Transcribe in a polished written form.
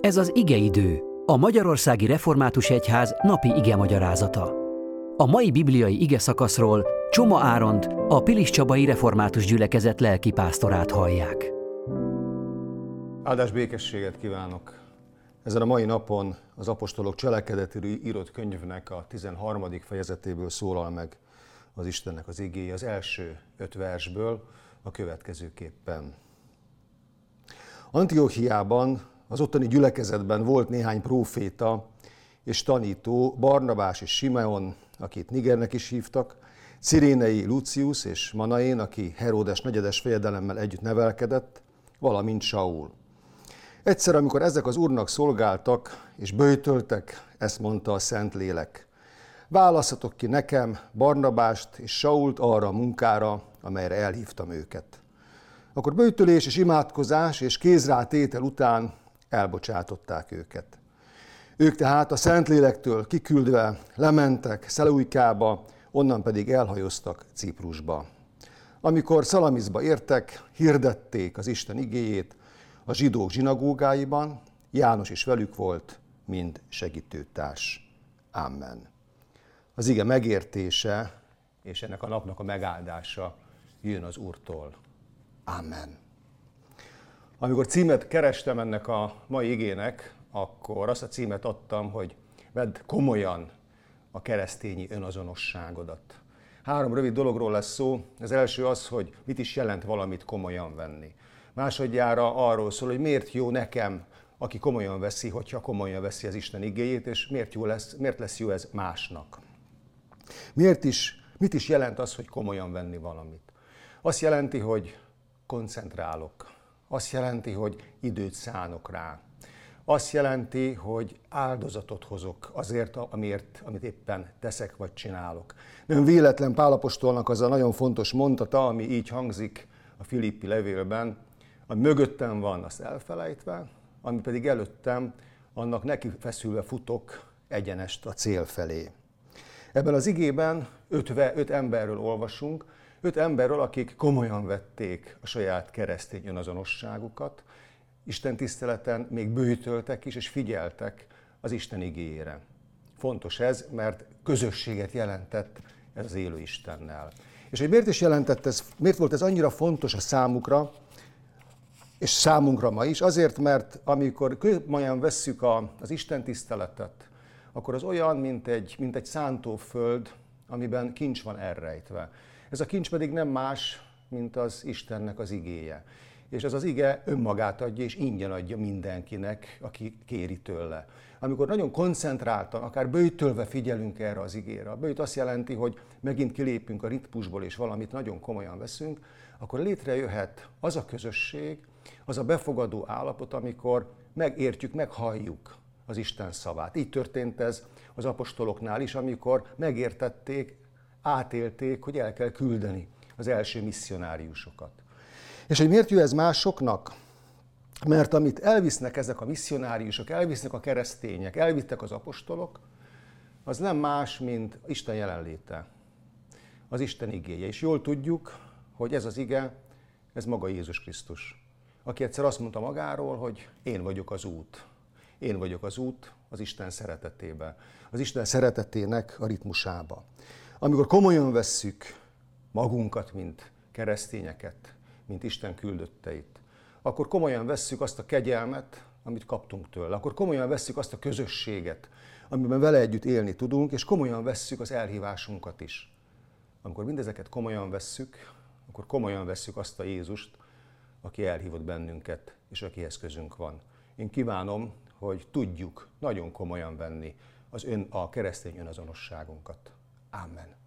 Ez az igeidő, a Magyarországi Református Egyház napi igemagyarázata. A mai bibliai igeszakaszról Csoma Áront, a Piliscsabai Református Gyülekezet lelkipásztorát hallják. Áldás békességet kívánok! Ezen a mai napon az apostolok cselekedetéről írott könyvnek a 13. fejezetéből szólal meg az Istennek az igéje, az első 5 versből a következőképpen. Antiochiában, az ottani gyülekezetben volt néhány próféta és tanító, Barnabás és Simeon, akit Nigernek is hívtak, Cirénei Lucius és Manaén, aki Heródes negyedes fejedelemmel együtt nevelkedett, valamint Saul. Egyszer, amikor ezek az Úrnak szolgáltak és böjtöltek, ezt mondta a Szentlélek: válasszatok ki nekem Barnabást és Sault arra a munkára, amelyre elhívtam őket. Akkor böjtölés és imádkozás és kézrátétel után elbocsátották őket. Ők tehát a Szentlélektől kiküldve lementek Szeleuikába, onnan pedig elhajóztak Ciprusba. Amikor Szalamiszba értek, hirdették az Isten igéjét a zsidók zsinagógáiban, János is velük volt, mint segítőtárs. Amen. Az ige megértése és ennek a napnak a megáldása jön az Úrtól. Amen. Amikor címet kerestem ennek a mai igének, akkor azt a címet adtam, hogy vedd komolyan a keresztényi önazonosságodat. 3 rövid dologról lesz szó. Az első az, hogy mit is jelent valamit komolyan venni. Másodjára arról szól, hogy miért jó nekem, aki komolyan veszi, hogyha komolyan veszi az Isten igéjét, és miért lesz jó ez másnak. Mit is jelent az, hogy komolyan venni valamit? Azt jelenti, hogy koncentrálok. Azt jelenti, hogy időt szánok rá. Azt jelenti, hogy áldozatot hozok azért, amit éppen teszek vagy csinálok. Nem véletlen Pál apostolnak az a nagyon fontos mondata, ami így hangzik a Filippi levélben: ami mögöttem van, azt elfelejtve, ami pedig előttem, annak neki feszülve futok egyenest a cél felé. Ebben az igében 5 emberről olvasunk, 5 emberről, akik komolyan vették a saját keresztény önazonosságukat, Isten tiszteleten még böjtöltek is, és figyeltek az Isten igéjére. Fontos ez, mert közösséget jelentett ez az élő Istennel. És hogy miért volt ez annyira fontos a számukra, és számunkra ma is? Azért, mert amikor komolyan vesszük az Isten tiszteletet, akkor az olyan, mint egy szántóföld, amiben kincs van elrejtve. Ez a kincs pedig nem más, mint az Istennek az igéje. És ez az ige önmagát adja, és ingyen adja mindenkinek, aki kéri tőle. Amikor nagyon koncentráltan, akár böjtölve figyelünk erre az igére, a böjt azt jelenti, hogy megint kilépünk a ritmusból, és valamit nagyon komolyan veszünk, akkor létrejöhet az a közösség, az a befogadó állapot, amikor megértjük, meghalljuk az Isten szavát. Így történt ez az apostoloknál is, amikor megértették, átélték, hogy el kell küldeni az első misszionáriusokat. És hogy miért jó ez másoknak? Mert amit elvisznek ezek a misszionáriusok, elvisznek a keresztények, elvittek az apostolok, az nem más, mint Isten jelenléte, az Isten igéje. És jól tudjuk, hogy ez az ige, ez maga Jézus Krisztus, aki egyszer azt mondta magáról, hogy én vagyok az út. Én vagyok az út az Isten szeretetébe, az Isten szeretetének a ritmusába. Amikor komolyan vesszük magunkat, mint keresztényeket, mint Isten küldötteit, akkor komolyan vesszük azt a kegyelmet, amit kaptunk tőle. Akkor komolyan vesszük azt a közösséget, amiben vele együtt élni tudunk, és komolyan vesszük az elhívásunkat is. Amikor mindezeket komolyan vesszük, akkor komolyan vesszük azt a Jézust, aki elhívott bennünket, és akihez közünk van. Én kívánom, hogy tudjuk nagyon komolyan venni a keresztény önazonosságunkat. Amen.